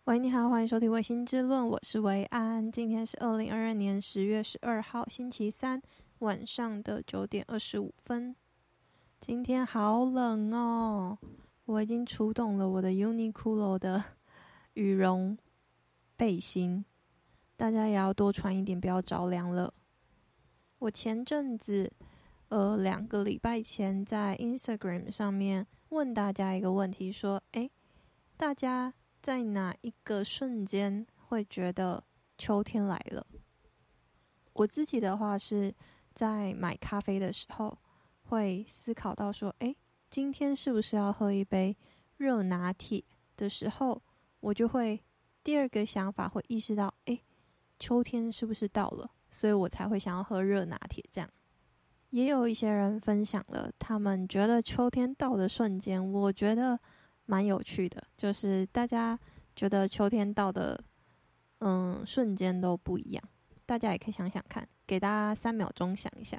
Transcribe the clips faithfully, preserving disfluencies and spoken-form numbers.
喂，你好，欢迎收听《维新之论》，我是维安。今天是二零二二年十月十二号，星期三晚上的九点二十五分。今天好冷哦，我已经出动了我的 Uniqlo 的羽绒背心，大家也要多穿一点，不要着凉了。我前阵子，呃，两个礼拜前在 Instagram 上面问大家一个问题，说，诶，大家在哪一个瞬间会觉得秋天来了？我自己的话是在买咖啡的时候，会思考到说，诶，今天是不是要喝一杯热拿铁的时候，我就会第二个想法会意识到，诶，秋天是不是到了？所以我才会想要喝热拿铁这样。也有一些人分享了他们觉得秋天到的瞬间，我觉得蛮有趣的，就是大家觉得秋天到的嗯瞬间都不一样，大家也可以想想看，给大家三秒钟想一下。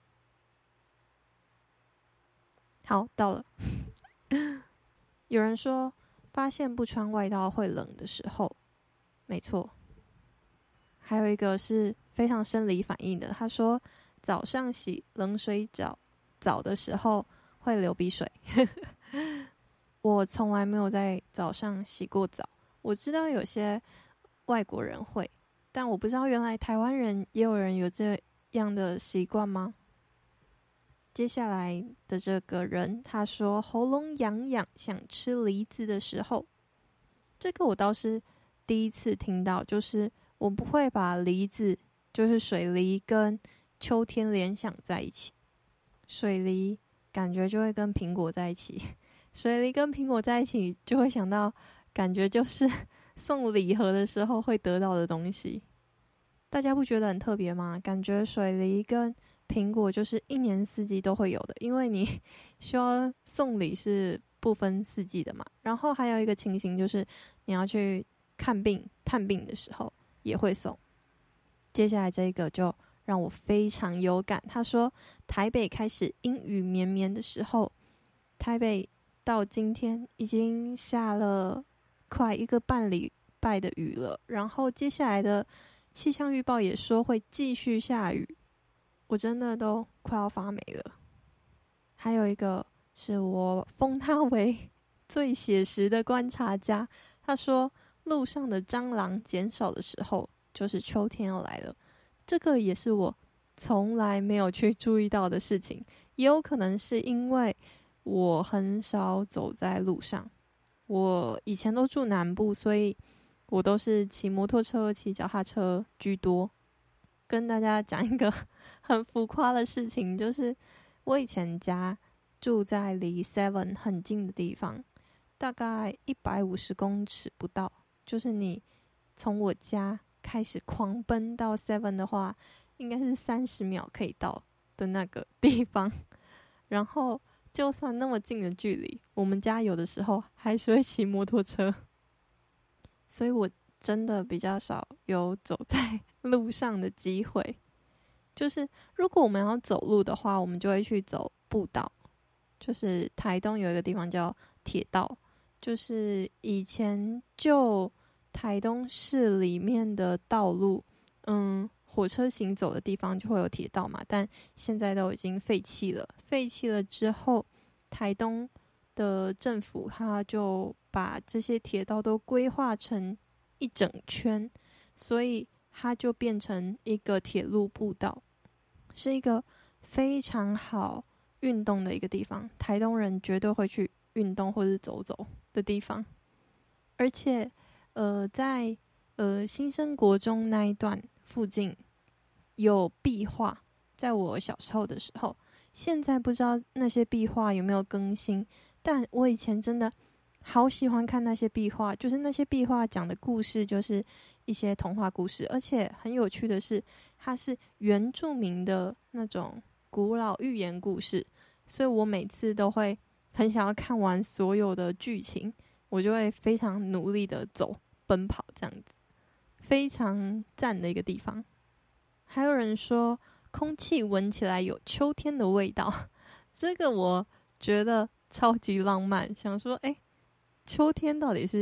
好，到了。有人说发现不穿外套会冷的时候，没错。还有一个是非常生理反应的，他说早上洗冷水澡澡的时候会流鼻水。我从来没有在早上洗过澡，我知道有些外国人会，但我不知道原来台湾人也有人有这样的习惯吗？接下来的这个人他说喉咙痒痒想吃梨子的时候，这个我倒是第一次听到，就是我不会把梨子就是水梨跟秋天联想在一起，水梨感觉就会跟苹果在一起，水梨跟苹果在一起就会想到感觉就是送礼盒的时候会得到的东西。大家不觉得很特别吗？感觉水梨跟苹果就是一年四季都会有的，因为你需要送礼是不分四季的嘛。然后还有一个情形就是你要去看病探病的时候也会送。接下来这个就让我非常有感，他说台北开始阴雨绵绵的时候，台北到今天已经下了快一个半礼拜的雨了，然后接下来的气象预报也说会继续下雨，我真的都快要发霉了。还有一个是我封他为最写实的观察家，他说路上的蟑螂减少的时候就是秋天要来了，这个也是我从来没有去注意到的事情，也有可能是因为我很少走在路上，我以前都住南部，所以我都是骑摩托车骑脚踏车居多。跟大家讲一个很浮夸的事情，就是我以前家住在离 seven 很近的地方，大概一百五十公尺不到，就是你从我家开始狂奔到 seven 的话，应该是三十秒可以到的那个地方。然后就算那么近的距离，我们家有的时候还是会骑摩托车，所以我真的比较少有走在路上的机会。就是如果我们要走路的话，我们就会去走步道，就是台东有一个地方叫铁道，就是以前就台东市里面的道路，嗯，火车行走的地方就会有铁道嘛，但现在都已经废弃了。废弃了之后，台东的政府他就把这些铁道都规划成一整圈，所以它就变成一个铁路步道，是一个非常好运动的一个地方，台东人绝对会去运动或是走走的地方。而且呃，在呃新生国中那一段附近有壁画，在我小时候的时候，现在不知道那些壁画有没有更新，但我以前真的好喜欢看那些壁画，就是那些壁画讲的故事就是一些童话故事，而且很有趣的是它是原住民的那种古老寓言故事，所以我每次都会很想要看完所有的剧情，我就会非常努力的走奔跑，这样子非常赞的一个地方。还有人说空气闻起来有秋天的味道，这个我觉得超级浪漫，想说诶，秋天到底是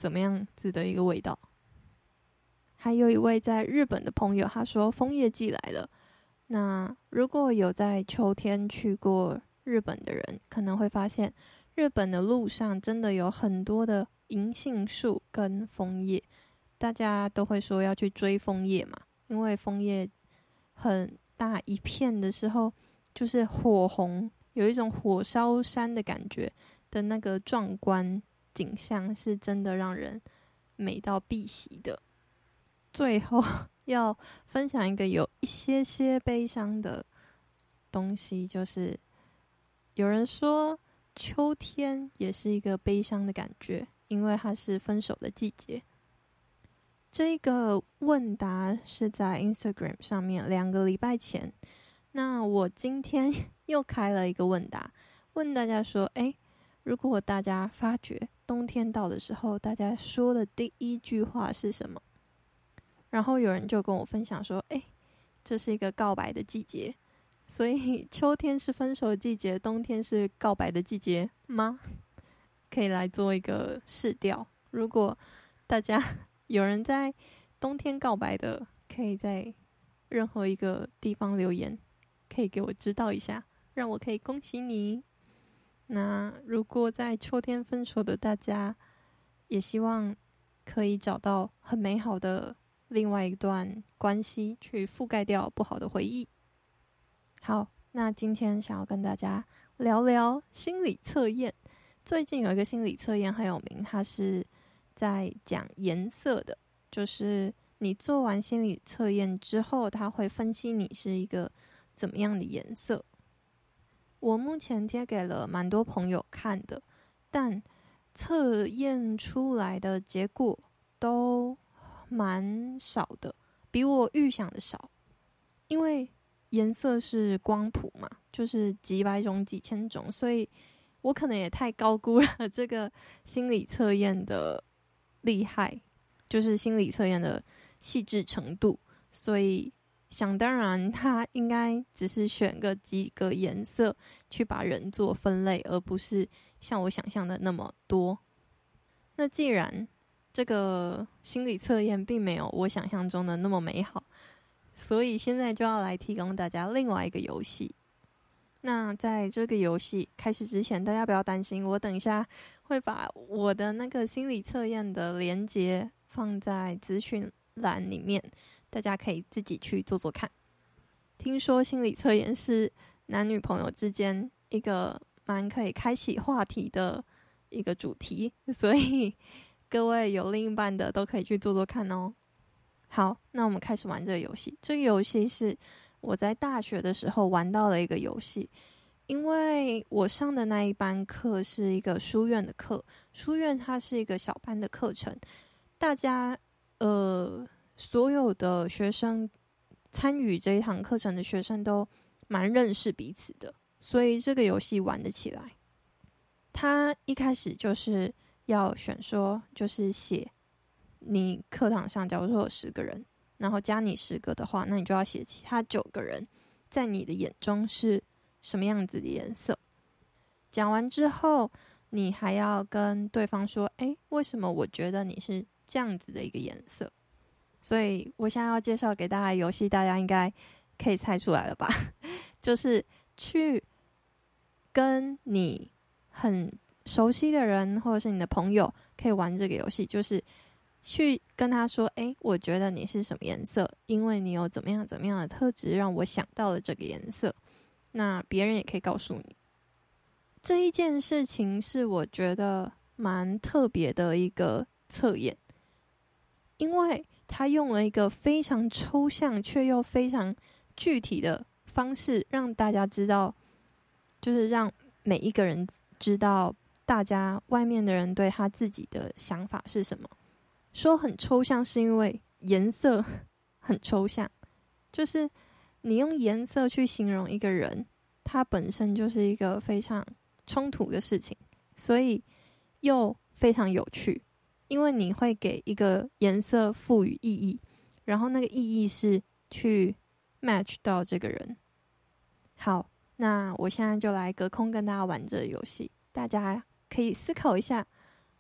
怎么样子的一个味道。还有一位在日本的朋友，他说枫叶季来了。那如果有在秋天去过日本的人，可能会发现日本的路上真的有很多的银杏树跟枫叶，大家都会说要去追枫叶嘛，因为枫叶很大一片的时候，就是火红，有一种火烧山的感觉的那个壮观景象，是真的让人美到避席的。最后要分享一个有一些些悲伤的东西，就是有人说秋天也是一个悲伤的感觉，因为它是分手的季节。这个问答是在 Instagram 上面两个礼拜前，那我今天又开了一个问答，问大家说，诶，如果大家发觉冬天到的时候，大家说的第一句话是什么？然后有人就跟我分享说，诶，这是一个告白的季节，所以秋天是分手的季节，冬天是告白的季节吗？可以来做一个试调。如果大家有人在冬天告白的，可以在任何一个地方留言，可以给我知道一下，让我可以恭喜你。那如果在秋天分手的大家，也希望可以找到很美好的另外一段关系，去覆盖掉不好的回忆。好，那今天想要跟大家聊聊心理测验。最近有一个心理测验很有名，它是在讲颜色的，就是你做完心理测验之后，它会分析你是一个怎么样的颜色。我目前贴给了蛮多朋友看的，但测验出来的结果都蛮少的，比我预想的少。因为颜色是光谱嘛，就是几百种几千种，所以我可能也太高估了这个心理测验的厉害，就是心理测验的细致程度，所以想当然他应该只是选个几个颜色去把人做分类，而不是像我想象的那么多。那既然这个心理测验并没有我想象中的那么美好，所以现在就要来提供大家另外一个游戏。那在这个游戏开始之前，大家不要担心，我等一下会把我的那个心理测验的连结放在资讯栏里面，大家可以自己去做做看。听说心理测验是男女朋友之间一个蛮可以开启话题的一个主题，所以各位有另一半的都可以去做做看哦。好，那我们开始玩这个游戏。这个游戏是我在大学的时候玩到的一个游戏，因为我上的那一班课是一个书院的课，书院它是一个小班的课程，大家呃所有的学生参与这一堂课程的学生都蛮认识彼此的，所以这个游戏玩得起来。他一开始就是要选说，就是写你课堂上假如说有十个人，然后加你十个的话，那你就要写其他九个人在你的眼中是什么样子的颜色。讲完之后，你还要跟对方说，诶，为什么我觉得你是这样子的一个颜色？所以我现在要介绍给大家的游戏，大家应该可以猜出来了吧？就是去跟你很熟悉的人或者是你的朋友可以玩这个游戏，就是去跟他说，诶，我觉得你是什么颜色，因为你有怎么样怎么样的特质让我想到了这个颜色。那别人也可以告诉你。这一件事情是我觉得蛮特别的一个测验，因为他用了一个非常抽象却又非常具体的方式，让大家知道，就是让每一个人知道大家外面的人对他自己的想法是什么。说很抽象是因为颜色很抽象，就是你用颜色去形容一个人，它本身就是一个非常冲突的事情，所以又非常有趣，因为你会给一个颜色赋予意义，然后那个意义是去 match 到这个人。好，那我现在就来隔空跟大家玩这个游戏，大家可以思考一下，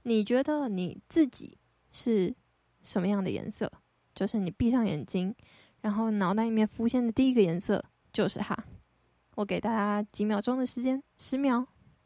你觉得你自己是什么样的颜色？就是你闭上眼睛，然后脑袋里面浮现的第一个颜色就是它。我给大家几秒钟的时间，十秒。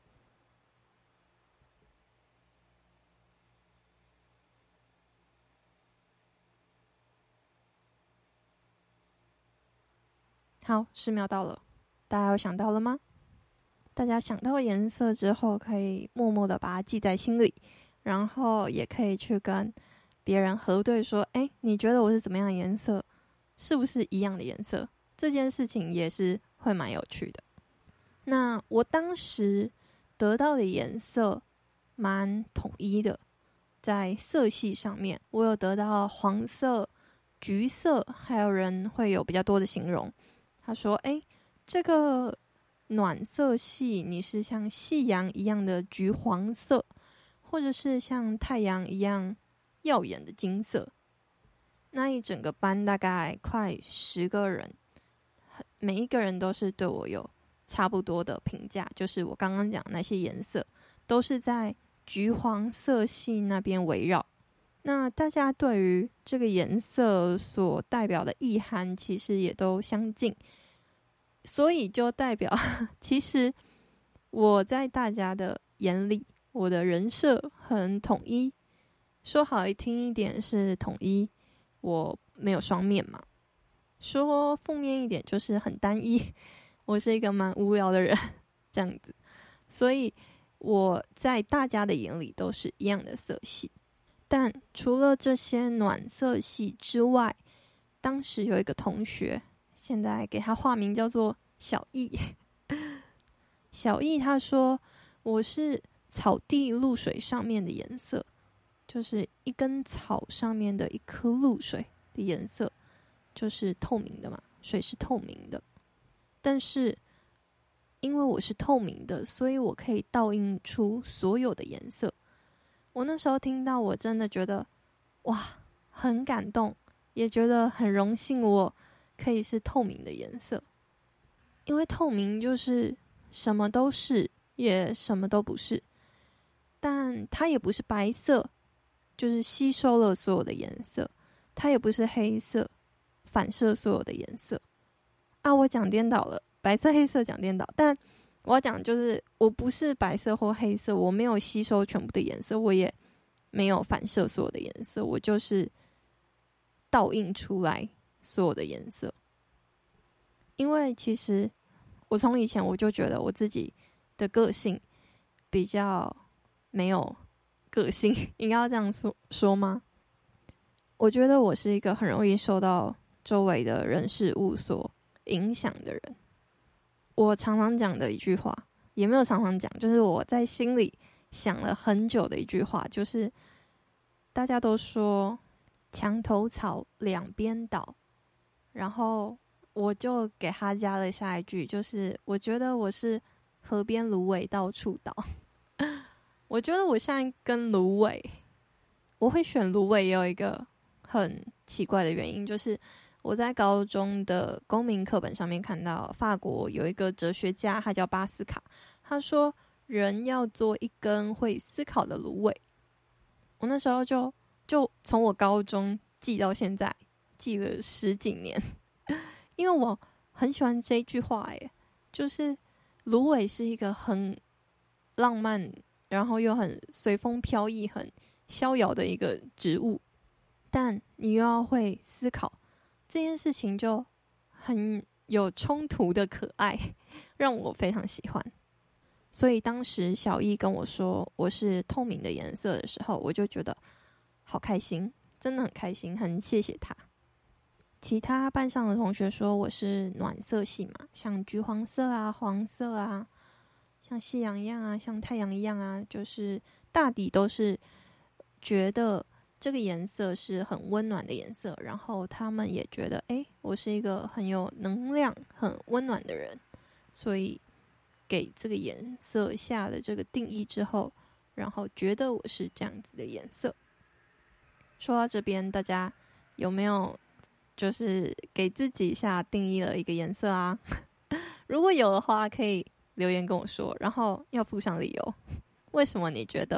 好，十秒到了，大家有想到了吗？大家想到颜色之后，可以默默的把它记在心里，然后也可以去跟别人核对说，哎，你觉得我是怎么样的颜色？是不是一样的颜色？这件事情也是会蛮有趣的。那我当时得到的颜色蛮统一的，在色系上面，我有得到黄色、橘色，还有人会有比较多的形容。他说：“哎，这个暖色系你是像夕阳一样的橘黄色，或者是像太阳一样耀眼的金色。”那一整个班大概快十个人，每一个人都是对我有差不多的评价，就是我刚刚讲那些颜色都是在橘黄色系那边围绕。那大家对于这个颜色所代表的意涵其实也都相近，所以就代表其实我在大家的眼里，我的人设很统一。说好听一点是统一，我没有双面嘛。说负面一点就是很单一，我是一个蛮无聊的人，这样子。所以我在大家的眼里都是一样的色系。但除了这些暖色系之外，当时有一个同学，现在给他化名叫做小易。小易他说我是草地露水上面的颜色，就是一根草上面的一颗露水的颜色，就是透明的嘛，水是透明的。但是因为我是透明的，所以我可以倒映出所有的颜色。我那时候听到，我真的觉得哇，很感动，也觉得很荣幸，我可以是透明的颜色。因为透明就是什么都是，也什么都不是，但它也不是白色，就是吸收了所有的颜色，它也不是黑色，反射所有的颜色啊。我讲颠倒了，白色黑色讲颠倒，但我要讲就是我不是白色或黑色，我没有吸收全部的颜色，我也没有反射所有的颜色，我就是倒映出来所有的颜色。因为其实我从以前我就觉得我自己的个性比较没有个性，应该要这样说吗？我觉得我是一个很容易受到周围的人事物所影响的人。我常常讲的一句话，也没有常常讲，就是我在心里想了很久的一句话，就是大家都说墙头草两边倒，然后我就给他加了下一句，就是我觉得我是河边芦苇到处倒。我觉得我像一根芦苇。我会选芦苇也有一个很奇怪的原因，就是我在高中的公民课本上面看到法国有一个哲学家，他叫巴斯卡，他说人要做一根会思考的芦苇。我那时候就就从我高中记到现在，记了十几年，因为我很喜欢这句话耶，就是芦苇是一个很浪漫，然后又很随风飘逸、很逍遥的一个植物，但你又要会思考，这件事情就很有冲突的可爱，让我非常喜欢。所以当时小易跟我说我是透明的颜色的时候，我就觉得好开心，真的很开心，很谢谢他。其他班上的同学说我是暖色系嘛，像橘黄色啊、黄色啊，像夕阳一样啊，像太阳一样啊，就是大抵都是觉得这个颜色是很温暖的颜色，然后他们也觉得诶，我是一个很有能量很温暖的人，所以给这个颜色下了这个定义之后，然后觉得我是这样子的颜色。说到这边，大家有没有就是给自己下定义了一个颜色啊？如果有的话可以留言跟我说，然后要附上理由，为什么你觉得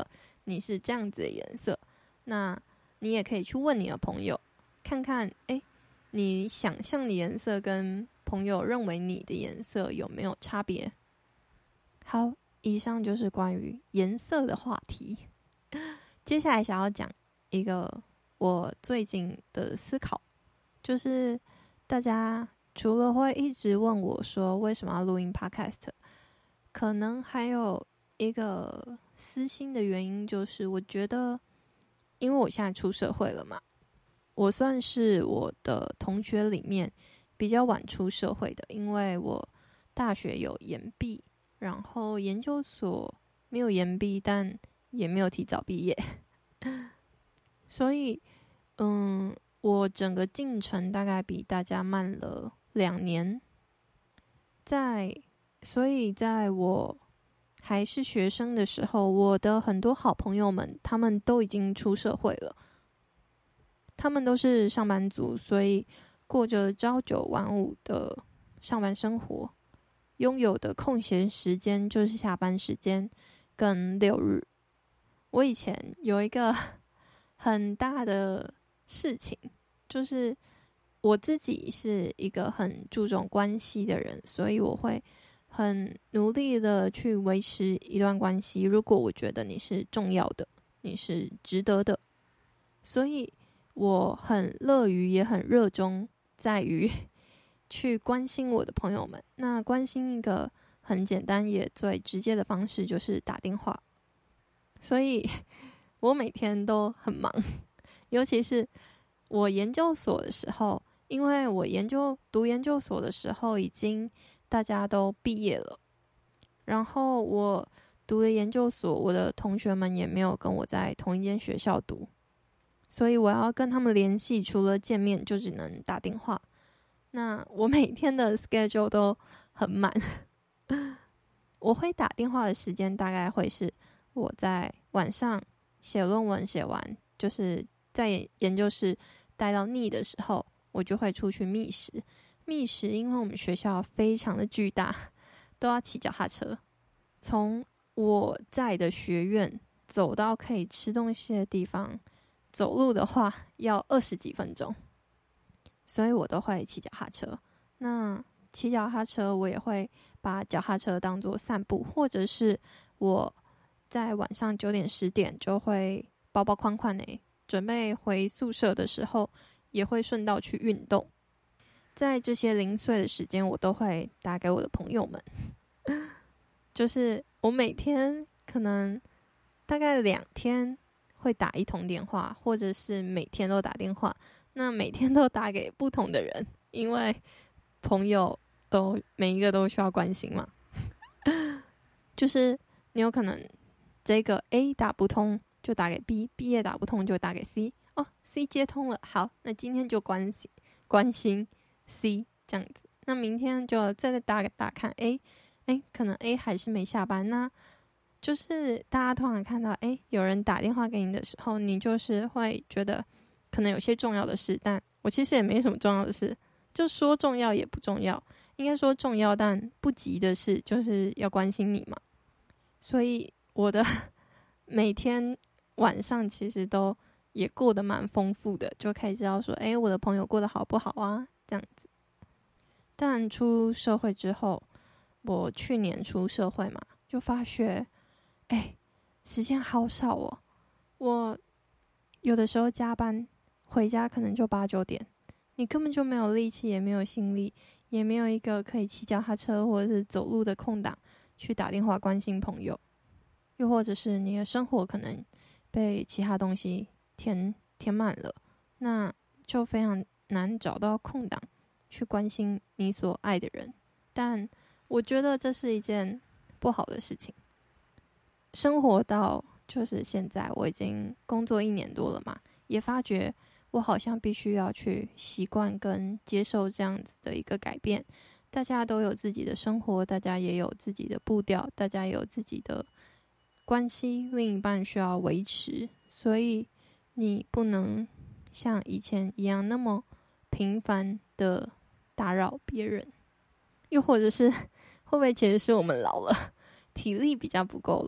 你是这样子的颜色。那你也可以去问你的朋友，看看诶你想象的颜色跟朋友认为你的颜色有没有差别。好，以上就是关于颜色的话题。接下来想要讲一个我最近的思考，就是大家除了会一直问我说为什么要录音 podcast， 可能还有一个私心的原因，就是我觉得因为我现在出社会了嘛，我算是我的同学里面比较晚出社会的，因为我大学有延毕，然后研究所没有延毕，但也没有提早毕业，所以嗯，我整个进程大概比大家慢了两年，在所以在我还是学生的时候，我的很多好朋友们他们都已经出社会了，他们都是上班族，所以过着朝九晚五的上班生活，拥有的空闲时间就是下班时间跟六日。我以前有一个很大的事情，就是我自己是一个很注重关系的人，所以我会很努力的去维持一段关系，如果我觉得你是重要的，你是值得的，所以我很乐于也很热衷在于去关心我的朋友们。那关心一个很简单也最直接的方式就是打电话，所以我每天都很忙，尤其是我研究所的时候，因为我研究读研究所的时候已经大家都毕业了，然后我读的研究所，我的同学们也没有跟我在同一间学校读，所以我要跟他们联系，除了见面就只能打电话。那我每天的 schedule 都很满，我会打电话的时间大概会是我在晚上写论文写完，就是在研究室待到腻的时候，我就会出去觅食。觅食因为我们学校非常的巨大，都要骑脚踏车，从我在的学院走到可以吃东西的地方，走路的话要二十几分钟，所以我都会骑脚踏车。那骑脚踏车我也会把脚踏车当作散步，或者是我在晚上九点十点就会包包框框诶，准备回宿舍的时候也会顺道去运动。在这些零碎的时间，我都会打给我的朋友们，就是我每天可能大概两天会打一通电话，或者是每天都打电话。那每天都打给不同的人，因为朋友都每一个都需要关心嘛。就是你有可能这个 A 打不通就打给 B，B 也打不通就打给 C。哦 ，C 接通了，好，那今天就关心关心 C 这样子。那明天就再打给打看 A， 哎，可能 A 还是没下班，那就是大家通常看到哎有人打电话给你的时候，你就是会觉得可能有些重要的事，但我其实也没什么重要的事，就说重要也不重要，应该说重要但不急的事，就是要关心你嘛。所以我的每天晚上其实都也过得蛮丰富的，就可以知道说，哎，我的朋友过得好不好啊，这样子。但出社会之后，我去年出社会嘛，就发觉，哎，时间好少哦。我有的时候加班回家可能就八九点，你根本就没有力气，也没有心力，也没有一个可以骑脚踏车或者是走路的空档去打电话关心朋友，又或者是你的生活可能被其他东西填填满了，那就非常难找到空档去关心你所爱的人。但我觉得这是一件不好的事情。生活到就是现在，我已经工作一年多了嘛，也发觉我好像必须要去习惯跟接受这样子的一个改变。大家都有自己的生活，大家也有自己的步调，大家也有自己的关系，另一半需要维持，所以你不能像以前一样那么频繁的打扰别人。又或者是会不会其实是我们老了，体力比较不够了，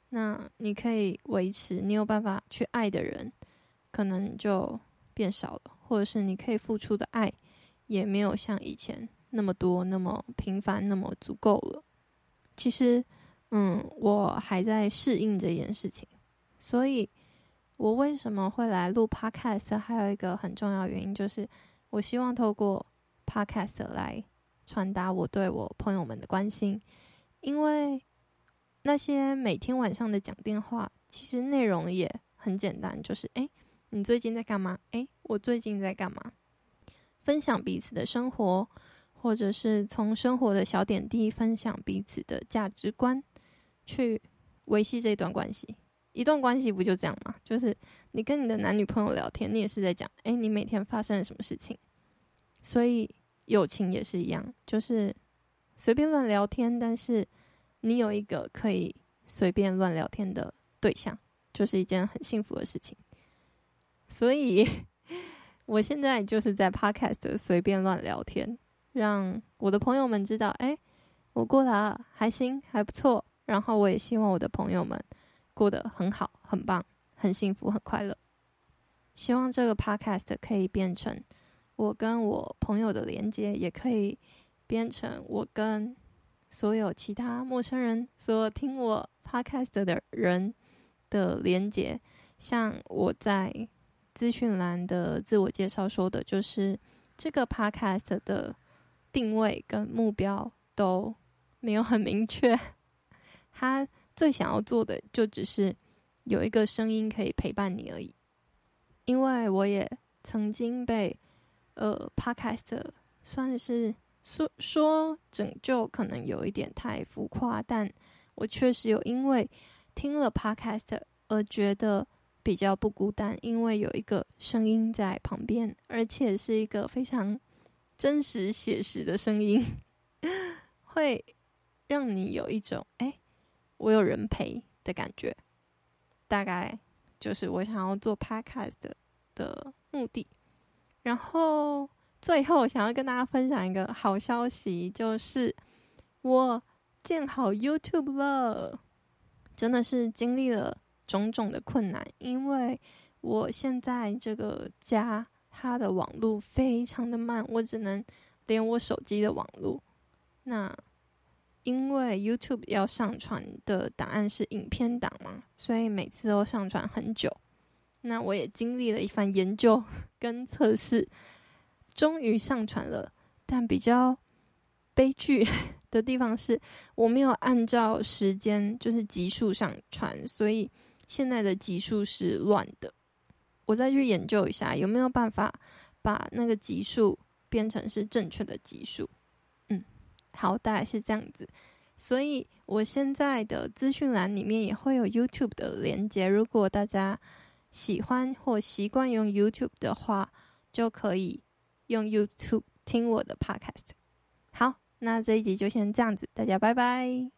那你可以维持，你有办法去爱的人可能就变少了，或者是你可以付出的爱也没有像以前那么多，那么频繁，那么足够了。其实嗯，我还在适应这件事情，所以我为什么会来录 podcast， 还有一个很重要的原因就是我希望透过 podcast 来传达我对我朋友们的关心。因为那些每天晚上的讲电话其实内容也很简单，就是诶，你最近在干嘛？诶，我最近在干嘛？分享彼此的生活，或者是从生活的小点滴分享彼此的价值观，去维系这段关系。一段关系不就这样吗？就是你跟你的男女朋友聊天，你也是在讲诶，你每天发生了什么事情。所以友情也是一样，就是随便乱聊天，但是你有一个可以随便乱聊天的对象，就是一件很幸福的事情。所以我现在就是在 podcast 随便乱聊天，让我的朋友们知道诶，我过得还行，还不错。然后我也希望我的朋友们过得很好，很棒，很幸福，很快乐。希望这个 podcast 可以变成我跟我朋友的连接，也可以变成我跟所有其他陌生人，所有听我 podcast 的人的连接。像我在资讯栏的自我介绍说的，就是这个 podcast 的定位跟目标都没有很明确，他最想要做的就只是有一个声音可以陪伴你而已。因为我也曾经被呃 podcast 算是说说拯救，可能有一点太浮夸，但我确实有因为听了 podcast 而觉得比较不孤单，因为有一个声音在旁边，而且是一个非常真实写实的声音，会让你有一种诶，我有人陪的感觉。大概就是我想要做 podcast 的目的。然后最后想要跟大家分享一个好消息，就是我建好 YouTube 了。真的是经历了种种的困难，因为我现在这个家它的网路非常的慢，我只能连我手机的网路。那因为 YouTube 要上传的档案是影片档嘛，所以每次都上传很久。那我也经历了一番研究跟测试，终于上传了。但比较悲剧的地方是，我没有按照时间，就是集数上传，所以现在的集数是乱的。我再去研究一下，有没有办法把那个集数变成是正确的集数。嗯，好，大概是这样子。所以我现在的资讯栏里面也会有 YouTube 的连结，如果大家喜欢或习惯用 YouTube 的话，就可以用 YouTube 听我的 Podcast。好，那这一集就先这样子，大家拜拜。